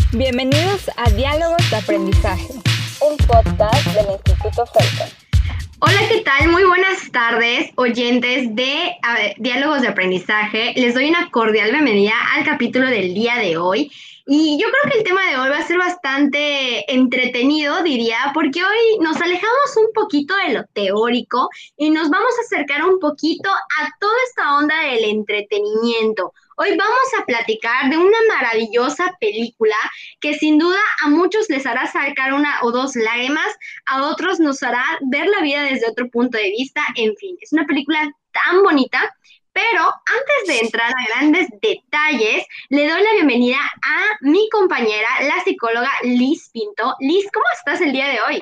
Bienvenidos a Diálogos de Aprendizaje, un podcast del Instituto Felton. Hola, ¿qué tal? Muy buenas tardes, oyentes de Diálogos de Aprendizaje. Les doy una cordial bienvenida al capítulo del día de hoy. Y yo creo que el tema de hoy va a ser bastante entretenido, diría, porque hoy nos alejamos un poquito de lo teórico y nos vamos a acercar un poquito a toda esta onda del entretenimiento. Hoy vamos a platicar de una maravillosa película que sin duda a muchos les hará sacar una o dos lágrimas, a otros nos hará ver la vida desde otro punto de vista. En fin, es una película tan bonita. Pero antes de entrar a grandes detalles, le doy la bienvenida a mi compañera, la psicóloga Liz Pinto. Liz, ¿cómo estás el día de hoy?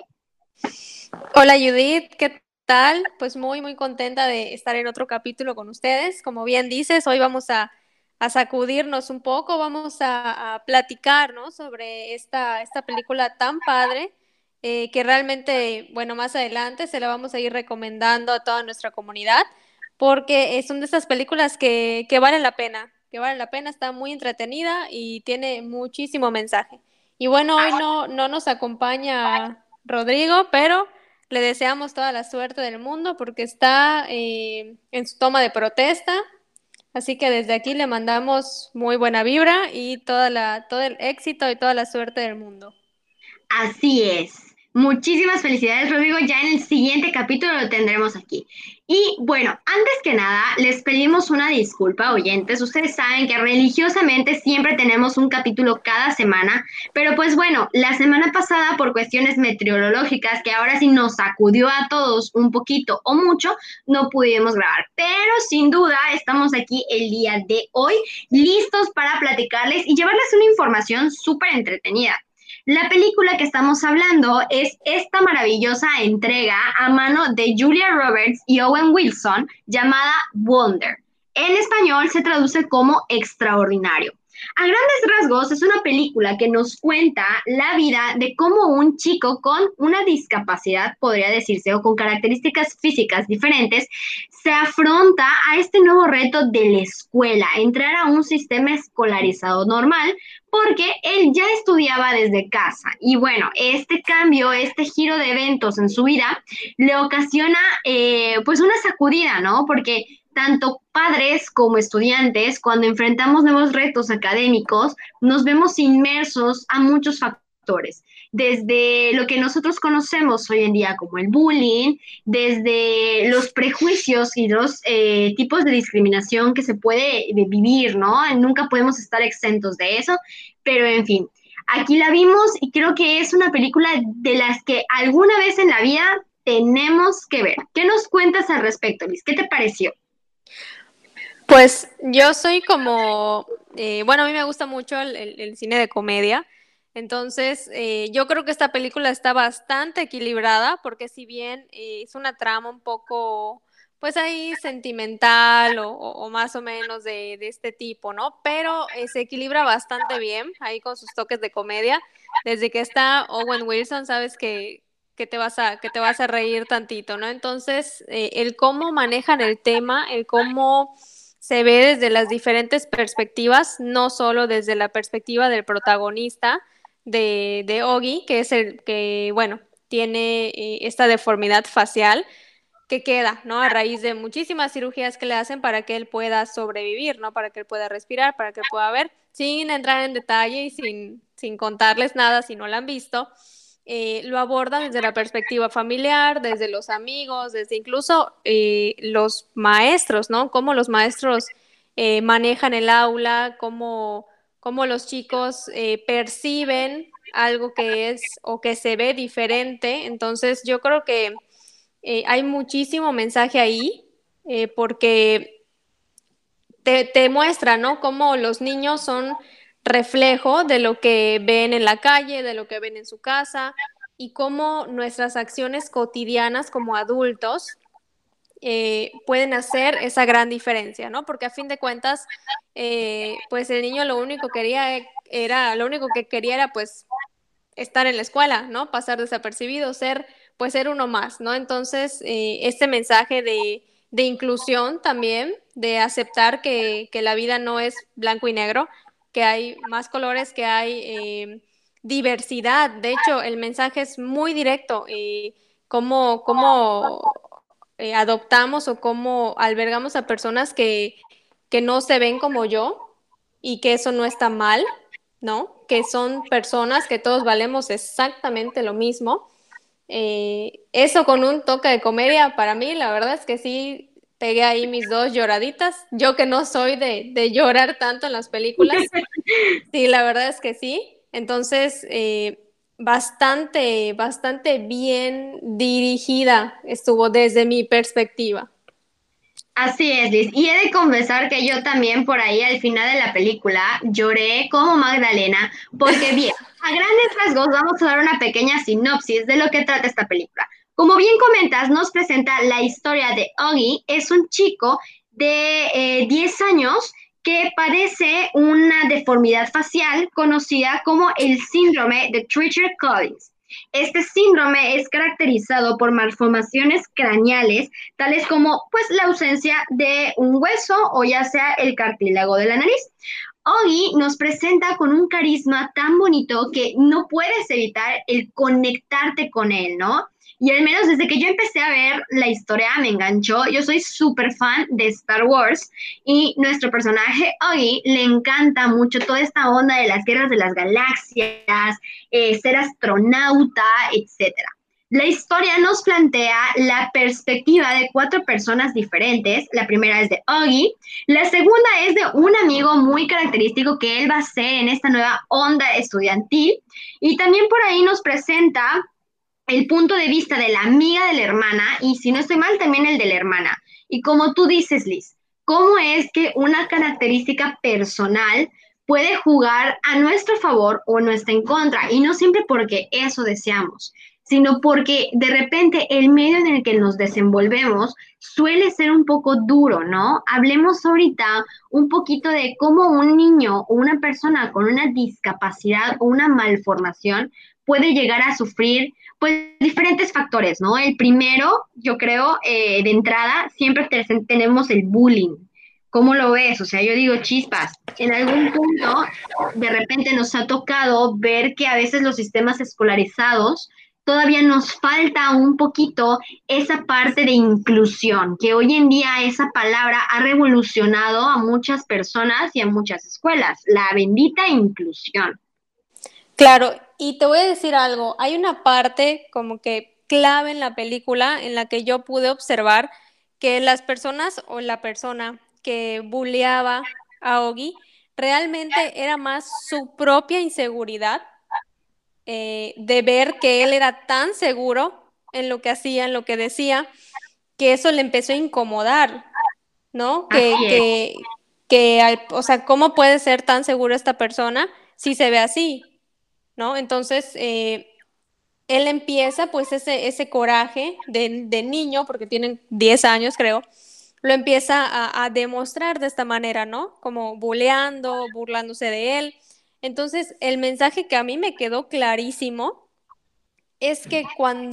Hola Judith, ¿qué tal? Pues muy contenta de estar en otro capítulo con ustedes. Como bien dices, hoy vamos a sacudirnos un poco, vamos a platicar, ¿no? Sobre esta película tan padre, que realmente, bueno, más adelante se la vamos a ir recomendando a toda nuestra comunidad, porque son de esas películas que valen la pena, está muy entretenida y tiene muchísimo mensaje. Y bueno, hoy no nos acompaña Rodrigo, pero le deseamos toda la suerte del mundo porque está en su toma de protesta. Así que desde aquí le mandamos muy buena vibra y todo el éxito y toda la suerte del mundo. Así es. Muchísimas felicidades, Rodrigo. Ya en el siguiente capítulo lo tendremos aquí. Y bueno, antes que nada, les pedimos una disculpa, oyentes. Ustedes saben que religiosamente siempre tenemos un capítulo cada semana, pero pues bueno, la semana pasada por cuestiones meteorológicas que ahora sí nos sacudió a todos un poquito o mucho, no pudimos grabar. Pero sin duda estamos aquí el día de hoy listos para platicarles y llevarles una información súper entretenida. La película que estamos hablando es esta maravillosa entrega a mano de Julia Roberts y Owen Wilson llamada Wonder. En español se traduce como Extraordinario. A grandes rasgos es una película que nos cuenta la vida de cómo un chico con una discapacidad, podría decirse, o con características físicas diferentes, se afronta a este nuevo reto de la escuela, entrar a un sistema escolarizado normal, porque él ya estudiaba desde casa. Y bueno, este cambio, este giro de eventos en su vida le ocasiona pues una sacudida, ¿no? Porque tanto padres como estudiantes, cuando enfrentamos nuevos retos académicos, nos vemos inmersos a muchos factores, desde lo que nosotros conocemos hoy en día como el bullying, desde los prejuicios y los tipos de discriminación que se puede vivir, ¿no? Nunca podemos estar exentos de eso, pero en fin, aquí la vimos y creo que es una película de las que alguna vez en la vida tenemos que ver. ¿Qué nos cuentas al respecto, Liz? ¿Qué te pareció? Pues yo soy como, bueno, a mí me gusta mucho el cine de comedia, entonces yo creo que esta película está bastante equilibrada porque si bien es una trama un poco, pues ahí sentimental o más o menos de este tipo, ¿no? Pero se equilibra bastante bien ahí con sus toques de comedia. Desde que está Owen Wilson, sabes que te vas a reír tantito, ¿no? Entonces, el cómo manejan el tema, el cómo se ve desde las diferentes perspectivas, no solo desde la perspectiva del protagonista de Oggy, que es el que, bueno, tiene esta deformidad facial que queda, ¿no? A raíz de muchísimas cirugías que le hacen para que él pueda sobrevivir, ¿no? Para que él pueda respirar, para que él pueda ver, sin entrar en detalle y sin contarles nada si no lo han visto. Lo aborda desde la perspectiva familiar, desde los amigos, desde incluso los maestros, ¿no? Cómo los maestros manejan el aula, cómo los chicos perciben algo que es o que se ve diferente. Entonces, yo creo que hay muchísimo mensaje ahí, porque te muestra, ¿no? Cómo los niños son reflejo de lo que ven en la calle, de lo que ven en su casa, y cómo nuestras acciones cotidianas como adultos pueden hacer esa gran diferencia, ¿no? Porque a fin de cuentas, pues el niño lo único que quería era pues estar en la escuela, ¿no? Pasar desapercibido, pues ser uno más, ¿no? Entonces, este mensaje de inclusión también, de aceptar que la vida no es blanco y negro, que hay más colores, que hay diversidad. De hecho, el mensaje es muy directo. Cómo adoptamos o cómo albergamos a personas que no se ven como yo y que eso no está mal, ¿no? Que son personas que todos valemos exactamente lo mismo. Eso con un toque de comedia, para mí, la verdad es que sí pegué ahí mis 2 lloraditas. Yo que no soy de llorar tanto en las películas, sí, la verdad es que sí. Entonces, bastante bien dirigida estuvo desde mi perspectiva. Así es, Liz. Y he de confesar que yo también por ahí al final de la película lloré como Magdalena, porque bien, a grandes rasgos vamos a dar una pequeña sinopsis de lo que trata esta película. Como bien comentas, nos presenta la historia de Oggy. Es un chico de 10 años que padece una deformidad facial conocida como el síndrome de Treacher-Collins. Este síndrome es caracterizado por malformaciones craneales, tales como pues la ausencia de un hueso o ya sea el cartílago de la nariz. Oggy nos presenta con un carisma tan bonito que no puedes evitar el conectarte con él, ¿no? Y al menos desde que yo empecé a ver la historia me enganchó. Yo soy súper fan de Star Wars y nuestro personaje Oggy le encanta mucho toda esta onda de las guerras de las galaxias, ser astronauta, etcétera. La historia nos plantea la perspectiva de 4 personas diferentes. La primera es de Oggy, la segunda es de un amigo muy característico que él va a ser en esta nueva onda estudiantil, y también por ahí nos presenta el punto de vista de la amiga de la hermana, y si no estoy mal, también el de la hermana. Y como tú dices, Liz, ¿cómo es que una característica personal puede jugar a nuestro favor o nuestra en contra? Y no siempre porque eso deseamos, sino porque de repente el medio en el que nos desenvolvemos suele ser un poco duro, ¿no? Hablemos ahorita un poquito de cómo un niño o una persona con una discapacidad o una malformación puede llegar a sufrir pues diferentes factores, ¿no? El primero, yo creo, de entrada, siempre tenemos el bullying. ¿Cómo lo ves? O sea, yo digo, chispas, en algún punto de repente nos ha tocado ver que a veces los sistemas escolarizados todavía nos falta un poquito esa parte de inclusión, que hoy en día esa palabra ha revolucionado a muchas personas y a muchas escuelas, la bendita inclusión. Claro, y te voy a decir algo, hay una parte como que clave en la película en la que yo pude observar que las personas o la persona que bulleaba a Oggy realmente era más su propia inseguridad, de ver que él era tan seguro en lo que hacía, en lo que decía, que eso le empezó a incomodar, ¿no? Así es. O sea, ¿cómo puede ser tan seguro esta persona si se ve así? ¿No? Entonces, él empieza pues ese coraje de niño, porque tienen 10 años creo, lo empieza a demostrar de esta manera, ¿no? Como buleando, burlándose de él. Entonces, el mensaje que a mí me quedó clarísimo es que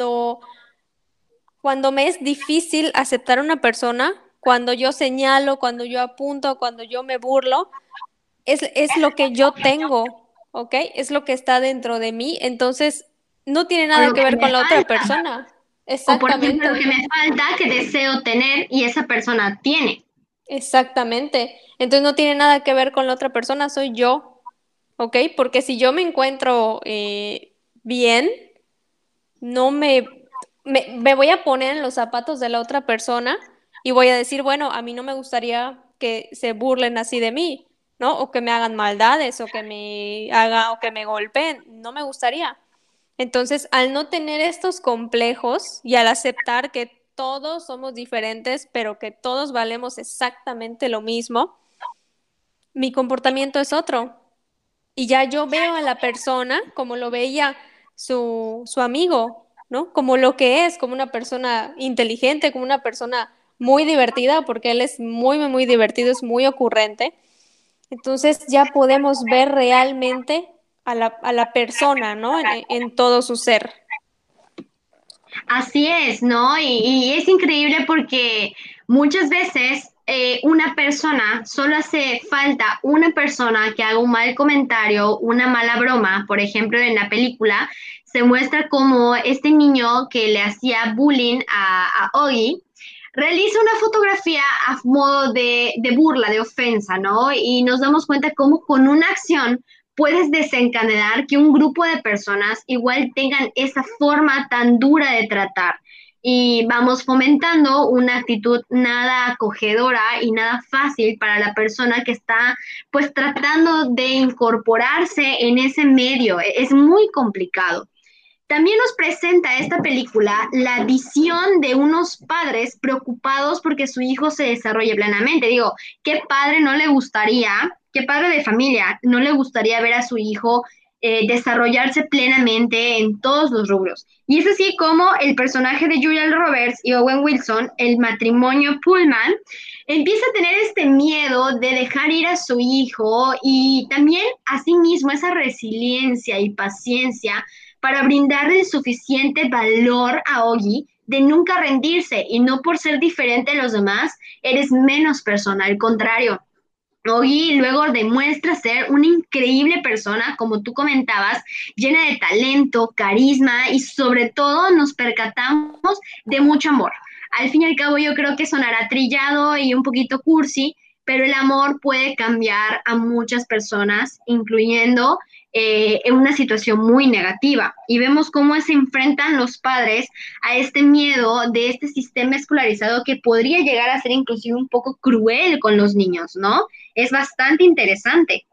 cuando me es difícil aceptar a una persona, cuando yo señalo, cuando yo apunto, cuando yo me burlo, es lo que yo tengo, ¿ok? Es lo que está dentro de mí, entonces no tiene O nada lo que que ver me con la otra falta. persona. O por ejemplo, lo que Exactamente, me falta que deseo tener y esa persona tiene. exactamente. Entonces no tiene nada que ver con la otra persona, soy yo, ¿ok? Porque si yo me encuentro bien, no me voy a poner en los zapatos de la otra persona y voy a decir, bueno, a mí no me gustaría que se burlen así de mí, ¿no? O que me hagan maldades, o que me haga, o que me golpeen, no me gustaría. Entonces, al no tener estos complejos y al aceptar que todos somos diferentes, pero que todos valemos exactamente lo mismo, mi comportamiento es otro. Y ya yo veo a la persona como lo veía su amigo, ¿no? Como lo que es, como una persona inteligente, como una persona muy divertida, porque él es muy divertido, es muy ocurrente. Entonces ya podemos ver realmente a la persona, ¿no? En todo su ser. Así es, ¿no? Y es increíble porque muchas veces una persona, solo hace falta una persona que haga un mal comentario, una mala broma. Por ejemplo, en la película se muestra como este niño que le hacía bullying a Oggy realiza una fotografía a modo de burla, de ofensa, ¿no? Y nos damos cuenta cómo con una acción puedes desencadenar que un grupo de personas igual tengan esa forma tan dura de tratar. Y vamos fomentando una actitud nada acogedora y nada fácil para la persona que está pues tratando de incorporarse en ese medio. Es muy complicado. También nos presenta esta película la visión de unos padres preocupados porque su hijo se desarrolle plenamente. Digo, ¿qué padre no le gustaría, qué padre de familia no le gustaría ver a su hijo desarrollarse plenamente en todos los rubros? Y es así como el personaje de Julia Roberts y Owen Wilson, el matrimonio Pullman, empieza a tener este miedo de dejar ir a su hijo y también asimismo esa resiliencia y paciencia para brindarle el suficiente valor a Oggy de nunca rendirse y no por ser diferente a los demás eres menos persona, al contrario. Oggy luego demuestra ser una increíble persona, como tú comentabas, llena de talento, carisma y sobre todo nos percatamos de mucho amor. Al fin y al cabo yo creo que sonará trillado y un poquito cursi, pero el amor puede cambiar a muchas personas, incluyendo en una situación muy negativa. Y vemos cómo se enfrentan los padres a este miedo de este sistema escolarizado que podría llegar a ser inclusive un poco cruel con los niños, ¿no? Es bastante interesante.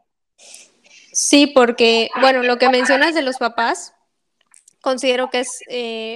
Sí, porque, bueno, lo que mencionas de los papás, considero que es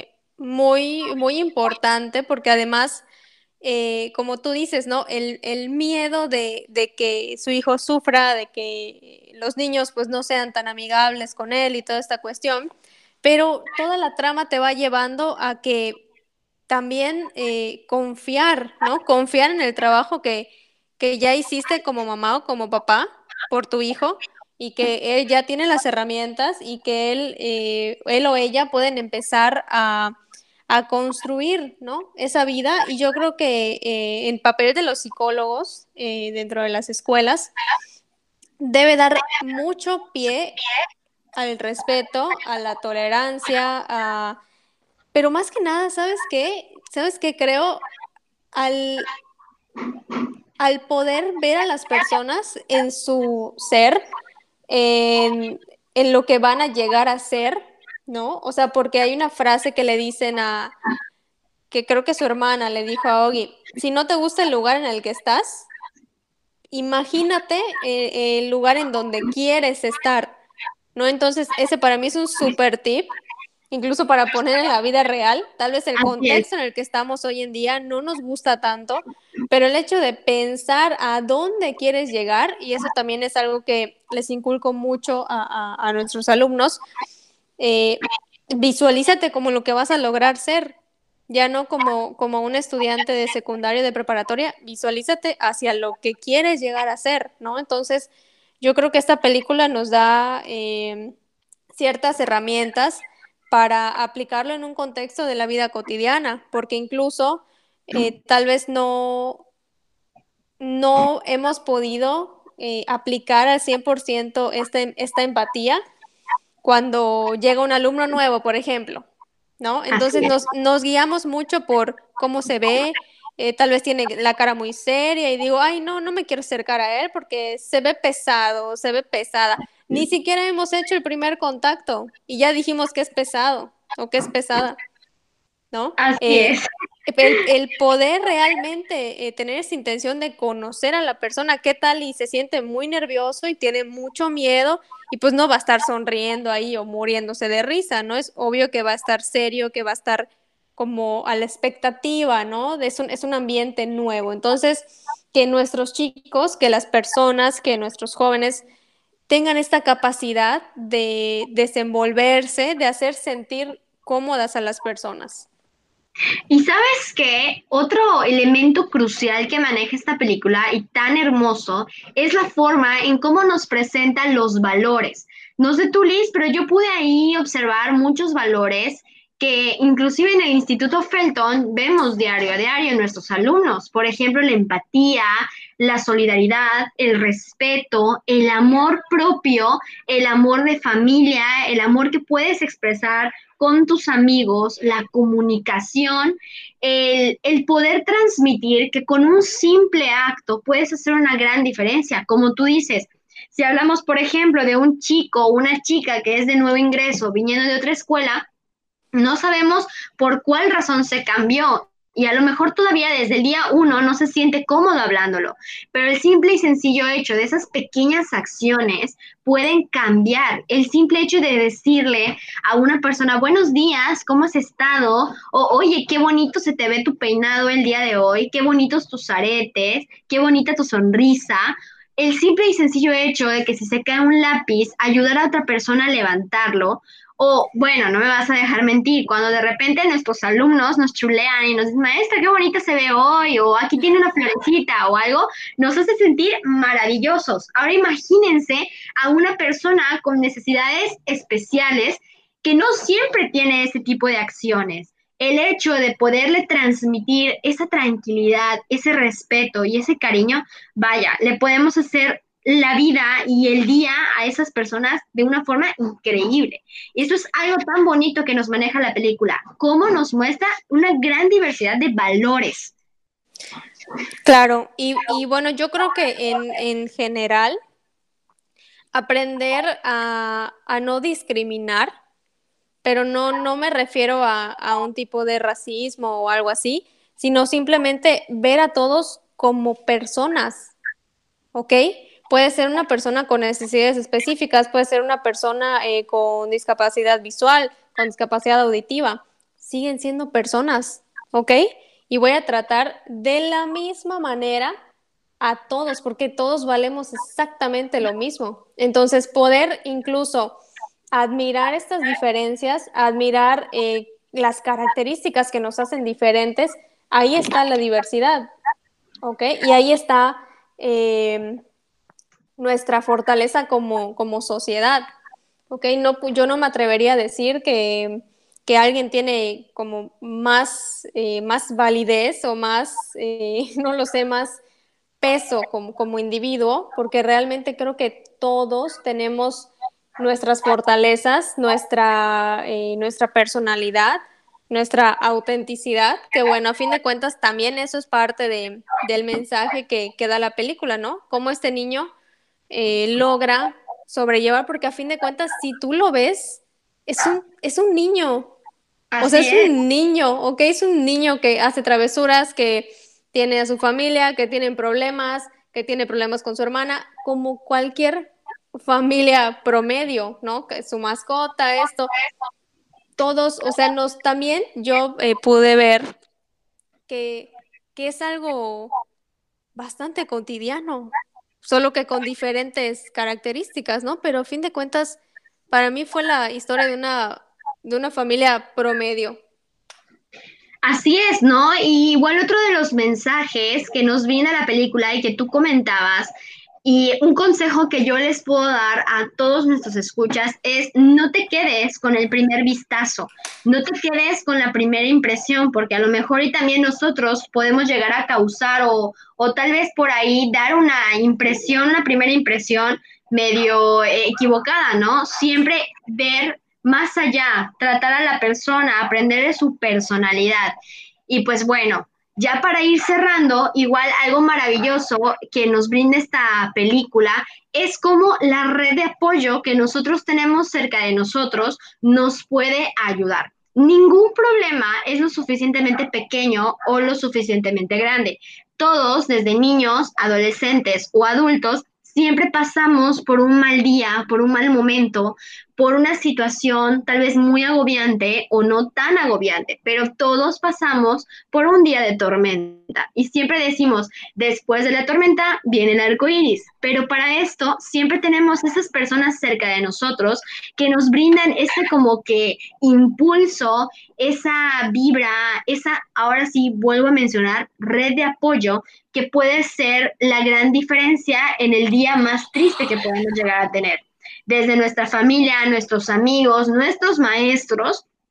muy, muy importante porque además, como tú dices, ¿no? El miedo de que su hijo sufra, de que los niños pues no sean tan amigables con él y toda esta cuestión, pero toda la trama te va llevando a que también confiar, ¿no? Confiar en el trabajo que ya hiciste como mamá o como papá por tu hijo y que él ya tiene las herramientas y que él o ella pueden empezar a construir, ¿no? Esa vida. Y yo creo que el papel de los psicólogos dentro de las escuelas debe dar mucho pie al respeto, a la tolerancia, pero más que nada, ¿sabes qué? ¿Sabes qué? Creo al, al poder ver a las personas en su ser, en, en lo que van a llegar a ser, ¿no? O sea, porque hay una frase que le dicen que creo que su hermana le dijo a Oggy, si no te gusta el lugar en el que estás, imagínate el lugar en donde quieres estar, ¿no? Entonces, ese para mí es un súper tip, incluso para poner en la vida real. Tal vez el Así es. contexto en el que estamos hoy en día no nos gusta tanto, pero el hecho de pensar a dónde quieres llegar, y eso también es algo que les inculco mucho a nuestros alumnos, visualízate como lo que vas a lograr ser. Ya no como un estudiante de secundaria, de preparatoria, visualízate hacia lo que quieres llegar a ser, ¿no? Entonces, yo creo que esta película nos da ciertas herramientas para aplicarlo en un contexto de la vida cotidiana, porque incluso tal vez no hemos podido aplicar al 100% esta empatía cuando llega un alumno nuevo, por ejemplo, ¿no? Así Entonces es. nos guiamos mucho por cómo se ve, tal vez tiene la cara muy seria y digo, ay, no me quiero acercar a él porque se ve pesado, se ve pesada. Ni siquiera hemos hecho el primer contacto y ya dijimos que es pesado o que es pesada, ¿no? Así es. El poder realmente tener esa intención de conocer a la persona, qué tal y se siente muy nervioso y tiene mucho miedo y pues no va a estar sonriendo ahí o muriéndose de risa, ¿no? Es obvio que va a estar serio, que va a estar como a la expectativa, ¿no? Es un ambiente nuevo. Entonces, que nuestros chicos, que las personas, que nuestros jóvenes tengan esta capacidad de desenvolverse, de hacer sentir cómodas a las personas. Y sabes qué, otro elemento crucial que maneja esta película y tan hermoso es la forma en cómo nos presentan los valores. No sé tú, Liz, pero yo pude ahí observar muchos valores que inclusive en el Instituto Felton vemos diario a diario en nuestros alumnos. Por ejemplo, la empatía, la solidaridad, el respeto, el amor propio, el amor de familia, el amor que puedes expresar con tus amigos, la comunicación, el poder transmitir que con un simple acto puedes hacer una gran diferencia. Como tú dices, si hablamos, por ejemplo, de un chico o una chica que es de nuevo ingreso viniendo de otra escuela, no sabemos por cuál razón se cambió y a lo mejor todavía desde el día uno no se siente cómodo hablándolo, pero el simple y sencillo hecho de esas pequeñas acciones pueden cambiar. El simple hecho de decirle a una persona, buenos días, ¿cómo has estado? O, oye, qué bonito se te ve tu peinado el día de hoy, qué bonitos tus aretes, qué bonita tu sonrisa. El simple y sencillo hecho de que si se cae un lápiz, ayudar a otra persona a levantarlo, o bueno, no me vas a dejar mentir, cuando de repente nuestros alumnos nos chulean y nos dicen, maestra, qué bonita se ve hoy, o aquí tiene una florecita o algo, nos hace sentir maravillosos. Ahora imagínense a una persona con necesidades especiales que no siempre tiene ese tipo de acciones. El hecho de poderle transmitir esa tranquilidad, ese respeto y ese cariño, vaya, le podemos hacer la vida y el día a esas personas de una forma increíble. Y eso es algo tan bonito que nos maneja la película, cómo nos muestra una gran diversidad de valores. Claro, y bueno, yo creo que en general aprender a no discriminar, pero no me refiero a un tipo de racismo o algo así, sino simplemente ver a todos como personas, ¿ok? Puede ser una persona con necesidades específicas, puede ser una persona con discapacidad visual, con discapacidad auditiva. Siguen siendo personas, ¿ok? Y voy a tratar de la misma manera a todos, porque todos valemos exactamente lo mismo. Entonces, poder incluso admirar estas diferencias, admirar las características que nos hacen diferentes, ahí está la diversidad, ¿ok? Y ahí está nuestra fortaleza como sociedad, ¿ok? No, yo no me atrevería a decir que alguien tiene como más validez o más, no lo sé, más peso como individuo, porque realmente creo que todos tenemos nuestras fortalezas, nuestra personalidad, nuestra autenticidad, que bueno, a fin de cuentas también eso es parte del mensaje que da la película, ¿no? Cómo este niño logra sobrellevar, porque a fin de cuentas, si tú lo ves, es un niño, o sea, Así es es. un niño, ¿ok? Es un niño que hace travesuras, que tiene a su familia, que tienen problemas, que tiene problemas con su hermana, como cualquier familia promedio, ¿no? Que su mascota, esto, todos, o sea, también yo pude ver que, que es algo bastante cotidiano, solo que con diferentes características, ¿no? Pero a fin de cuentas, para mí fue la historia de una familia promedio. Así es, ¿no? Y igual otro de los mensajes que nos viene a la película y que tú comentabas, y un consejo que yo les puedo dar a todos nuestros escuchas es no te quedes con el primer vistazo, no te quedes con la primera impresión, porque a lo mejor y también nosotros podemos llegar a causar o tal vez por ahí dar una impresión, una primera impresión medio equivocada, ¿no? Siempre ver más allá, tratar a la persona, aprender de su personalidad. Y pues bueno, ya para ir cerrando, igual algo maravilloso que nos brinda esta película es cómo la red de apoyo que nosotros tenemos cerca de nosotros nos puede ayudar. Ningún problema es lo suficientemente pequeño o lo suficientemente grande. Todos, desde niños, adolescentes o adultos, siempre pasamos por un mal día, por un mal momento, por una situación tal vez muy agobiante o no tan agobiante, pero todos pasamos por un día de tormenta y siempre decimos, después de la tormenta viene el arco iris, pero para esto siempre tenemos esas personas cerca de nosotros que nos brindan ese como que impulso, esa vibra, esa, ahora sí vuelvo a mencionar, red de apoyo que puede ser la gran diferencia en el día más triste que podemos llegar a tener. Desde nuestra familia, nuestros amigos, nuestros maestros,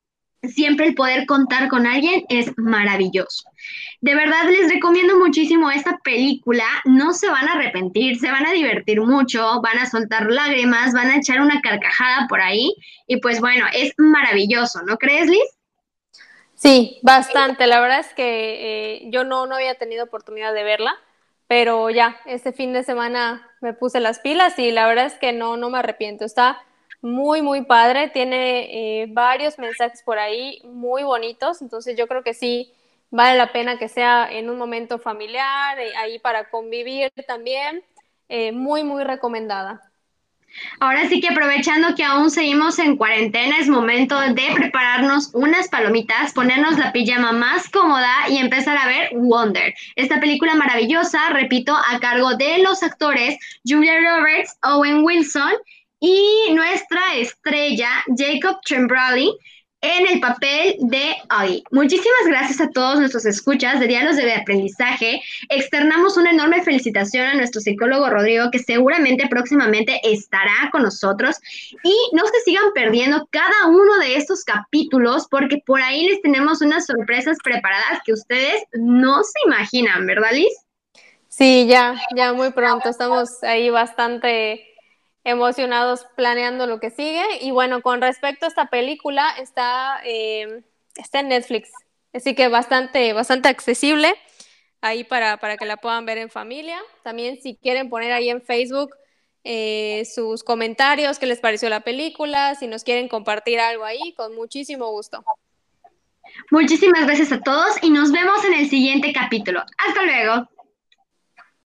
siempre el poder contar con alguien es maravilloso. De verdad les recomiendo muchísimo esta película, no se van a arrepentir, se van a divertir mucho, van a soltar lágrimas, van a echar una carcajada por ahí y pues bueno, es maravilloso, ¿no crees, Liz? Sí, bastante. La verdad es que yo no había tenido oportunidad de verla, pero ya, este fin de semana me puse las pilas y la verdad es que no me arrepiento. Está muy padre, tiene varios mensajes por ahí muy bonitos, entonces yo creo que sí vale la pena que sea en un momento familiar, ahí para convivir también. Muy recomendada. Ahora sí que aprovechando que aún seguimos en cuarentena, es momento de prepararnos unas palomitas, ponernos la pijama más cómoda y empezar a ver Wonder. Esta película maravillosa, repito, a cargo de los actores Julia Roberts, Owen Wilson y nuestra estrella Jacob Tremblay en el papel de Augie. Muchísimas gracias a todos nuestros escuchas de Diálogos de Aprendizaje. Externamos una enorme felicitación a nuestro psicólogo Rodrigo, que seguramente próximamente estará con nosotros. Y no se sigan perdiendo cada uno de estos capítulos, porque por ahí les tenemos unas sorpresas preparadas que ustedes no se imaginan, ¿verdad, Liz? Sí, ya muy pronto. Estamos ahí bastante emocionados planeando lo que sigue. Y bueno, con respecto a esta película, está en Netflix, así que bastante accesible ahí para que la puedan ver en familia. También si quieren poner ahí en Facebook sus comentarios, qué les pareció la película, si nos quieren compartir algo ahí, con muchísimo gusto. Muchísimas gracias a todos y nos vemos en el siguiente capítulo. Hasta luego.